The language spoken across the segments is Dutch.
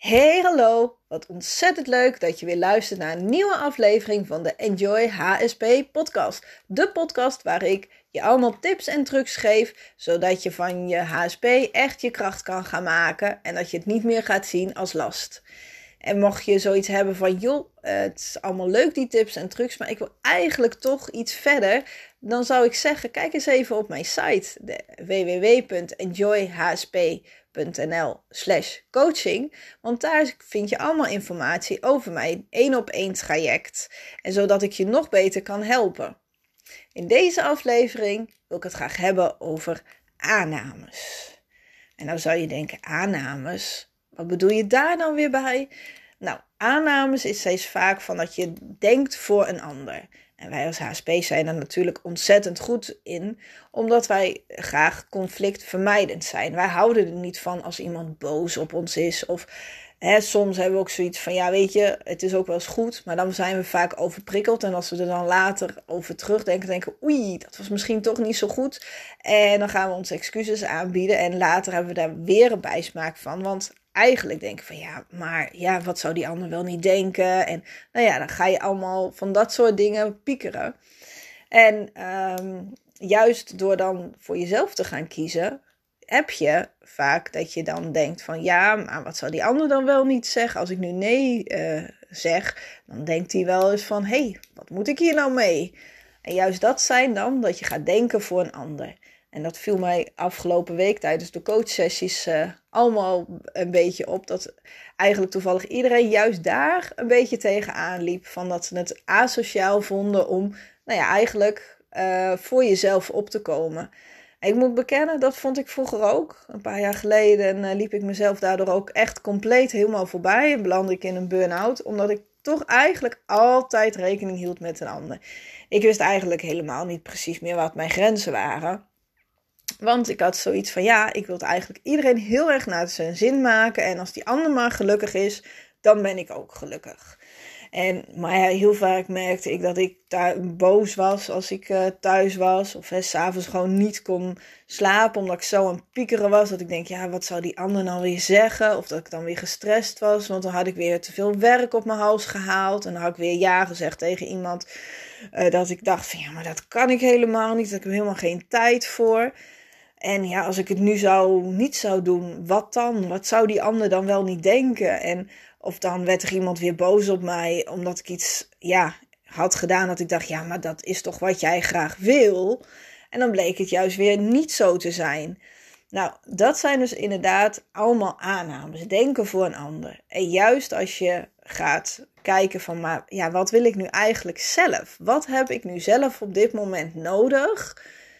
Hey, hallo! Wat ontzettend leuk dat je weer luistert naar een nieuwe aflevering van de Enjoy HSP podcast. De podcast waar ik je allemaal tips en trucs geef, zodat je van je HSP echt je kracht kan gaan maken en dat je het niet meer gaat zien als last. En mocht je zoiets hebben van, joh, het is allemaal leuk die tips en trucs, maar ik wil eigenlijk toch iets verder, dan zou ik zeggen, kijk eens even op mijn site, www.enjoyhsp.nl/coaching, want daar vind je allemaal informatie over mijn 1-op-1 traject en zodat ik je nog beter kan helpen. In deze aflevering wil ik het graag hebben over aannames. En nou zou je denken, aannames, wat bedoel je daar dan weer bij? Nou, aannames is steeds vaak van dat je denkt voor een ander. En wij als HSP zijn er natuurlijk ontzettend goed in, omdat wij graag conflictvermijdend zijn. Wij houden er niet van als iemand boos op ons is. Of soms hebben we ook zoiets van, ja weet je, het is ook wel eens goed. Maar dan zijn we vaak overprikkeld. En als we er dan later over terugdenken, denken oei, dat was misschien toch niet zo goed. En dan gaan we onze excuses aanbieden. En later hebben we daar weer een bijsmaak van. Want eigenlijk denken van ja, wat zou die ander wel niet denken? En nou ja, dan ga je allemaal van dat soort dingen piekeren. En juist door dan voor jezelf te gaan kiezen, heb je vaak dat je dan denkt van ja, maar wat zou die ander dan wel niet zeggen? Als ik nu nee zeg, dan denkt hij wel eens van hé, wat moet ik hier nou mee? En juist dat zijn dan dat je gaat denken voor een ander. En dat viel mij afgelopen week tijdens de coachsessies allemaal een beetje op. Dat eigenlijk toevallig iedereen juist daar een beetje tegenaan liep. Van dat ze het asociaal vonden om eigenlijk voor jezelf op te komen. En ik moet bekennen, dat vond ik vroeger ook. Een paar jaar geleden liep ik mezelf daardoor ook echt compleet helemaal voorbij. En belandde ik in een burn-out. Omdat ik toch eigenlijk altijd rekening hield met een ander. Ik wist eigenlijk helemaal niet precies meer wat mijn grenzen waren. Want ik had zoiets van ik wil eigenlijk iedereen heel erg naar zijn zin maken. En als die ander maar gelukkig is, dan ben ik ook gelukkig. Maar heel vaak merkte ik dat ik boos was als ik thuis was. Of 's avonds gewoon niet kon slapen omdat ik zo aan het piekeren was. Dat ik denk, wat zou die ander nou weer zeggen? Of dat ik dan weer gestrest was. Want dan had ik weer te veel werk op mijn hals gehaald. En dan had ik weer ja gezegd tegen iemand. Dat ik dacht van maar dat kan ik helemaal niet. Daar heb ik helemaal geen tijd voor. En als ik het nu niet zou doen, wat dan? Wat zou die ander dan wel niet denken? Of dan werd er iemand weer boos op mij, omdat ik iets had gedaan dat ik dacht, maar dat is toch wat jij graag wil? En dan bleek het juist weer niet zo te zijn. Nou, dat zijn dus inderdaad allemaal aannames. Denken voor een ander. En juist als je gaat kijken van, wat wil ik nu eigenlijk zelf? Wat heb ik nu zelf op dit moment nodig?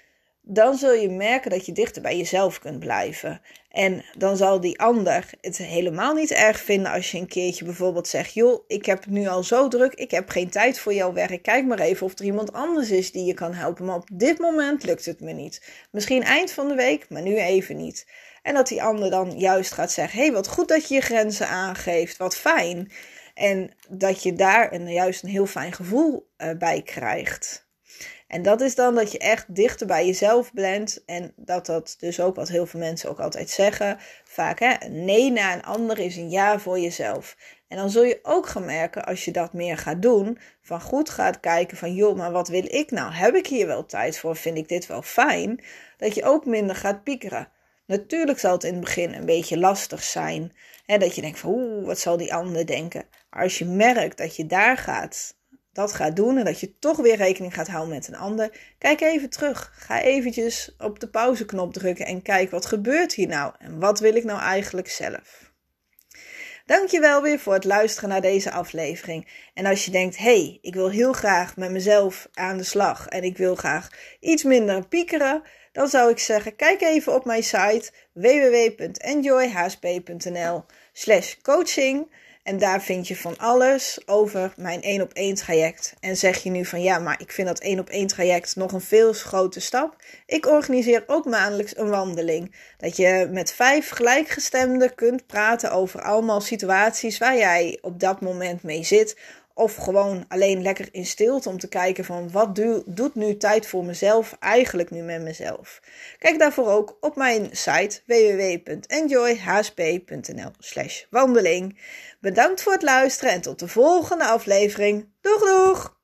Dan zul je merken dat je dichter bij jezelf kunt blijven. En dan zal die ander het helemaal niet erg vinden als je een keertje bijvoorbeeld zegt, joh, ik heb het nu al zo druk, ik heb geen tijd voor jouw werk. Kijk maar even of er iemand anders is die je kan helpen. Maar op dit moment lukt het me niet. Misschien eind van de week, maar nu even niet. En dat die ander dan juist gaat zeggen, hé, wat goed dat je je grenzen aangeeft, wat fijn. En dat je daar juist een heel fijn gevoel bij krijgt. En dat is dan dat je echt dichter bij jezelf bent. En dat dus ook wat heel veel mensen ook altijd zeggen. Vaak een nee naar een ander is een ja voor jezelf. En dan zul je ook gaan merken als je dat meer gaat doen. Van goed gaat kijken van joh, maar wat wil ik nou? Heb ik hier wel tijd voor? Vind ik dit wel fijn? Dat je ook minder gaat piekeren. Natuurlijk zal het in het begin een beetje lastig zijn. Dat je denkt van wat zal die ander denken? Maar als je merkt dat je dat gaat doen en dat je toch weer rekening gaat houden met een ander. Kijk even terug. Ga eventjes op de pauzeknop drukken en kijk wat gebeurt hier nou en wat wil ik nou eigenlijk zelf. Dankjewel weer voor het luisteren naar deze aflevering. En als je denkt, ik wil heel graag met mezelf aan de slag en ik wil graag iets minder piekeren, dan zou ik zeggen, kijk even op mijn site www.enjoyhsp.nl/coaching. En daar vind je van alles over mijn 1-op-1 traject. En zeg je nu van maar ik vind dat 1-op-1 traject nog een veel grote stap. Ik organiseer ook maandelijks een wandeling. Dat je met 5 gelijkgestemden kunt praten over allemaal situaties waar jij op dat moment mee zit. Of gewoon alleen lekker in stilte om te kijken van wat doet nu tijd voor mezelf eigenlijk nu met mezelf. Kijk daarvoor ook op mijn site www.enjoyhsp.nl/wandeling. Bedankt voor het luisteren en tot de volgende aflevering. Doeg doeg!